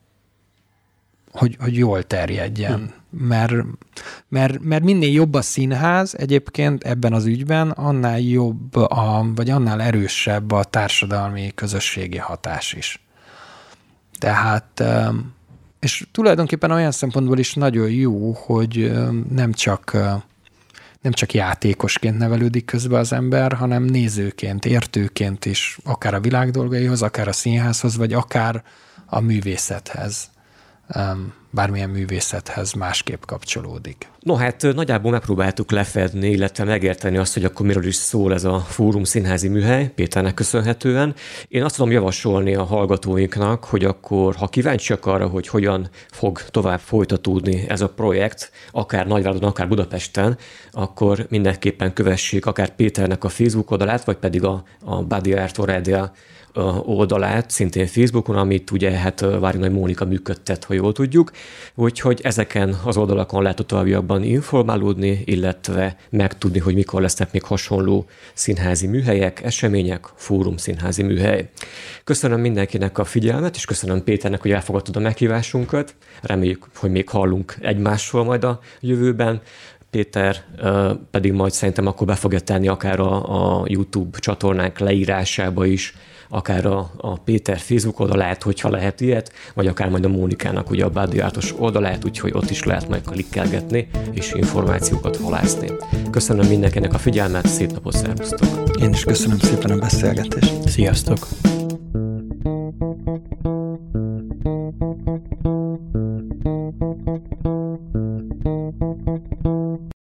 S3: jól terjedjen. Mert minél jobb a színház egyébként ebben az ügyben, annál jobb, vagy annál erősebb a társadalmi közösségi hatás is. Tehát, és tulajdonképpen olyan szempontból is nagyon jó, hogy nem csak játékosként nevelődik közben az ember, hanem nézőként, értőként is, akár a világ dolgaihoz, akár a színházhoz, vagy akár a művészethez. Bármilyen művészethez másképp kapcsolódik.
S2: No hát nagyjából megpróbáltuk lefedni, illetve megérteni azt, hogy akkor miről is szól ez a Fórum színházi műhely, Péternek köszönhetően. Én azt tudom javasolni a hallgatóinknak, hogy akkor, ha kíváncsiak arra, hogy hogyan fog tovább folytatódni ez a projekt, akár Nagyváradon, akár Budapesten, akkor mindenképpen kövessék akár Péternek a Facebook oldalát, vagy pedig a Body Art Aurelia oldalát, szintén Facebookon, amit ugye hát Várnai Mónika működtet, ha jól tudjuk. Úgyhogy ezeken az oldalakon lehet a továbbiakban informálódni, illetve megtudni, hogy mikor lesznek még hasonló színházi műhelyek, események, Fórum Színházi Műhely. Köszönöm mindenkinek a figyelmet, és köszönöm Péternek, hogy elfogadtad a meghívásunkat. Reméljük, hogy még hallunk egymásról majd a jövőben. Péter pedig majd szerintem akkor be fogja tenni akár a YouTube csatornánk leírásába is, akár a Péter Facebook oldalát, hogyha lehet ilyet, vagy akár majd a Mónikának ugye a Bádi Ártos oldalát, úgyhogy ott is lehet majd klikkelgetni és információkat halászni. Köszönöm mindenkinek a figyelmet, szép napot, szervusztok!
S3: Én is köszönöm szépen a beszélgetést.
S1: Sziasztok!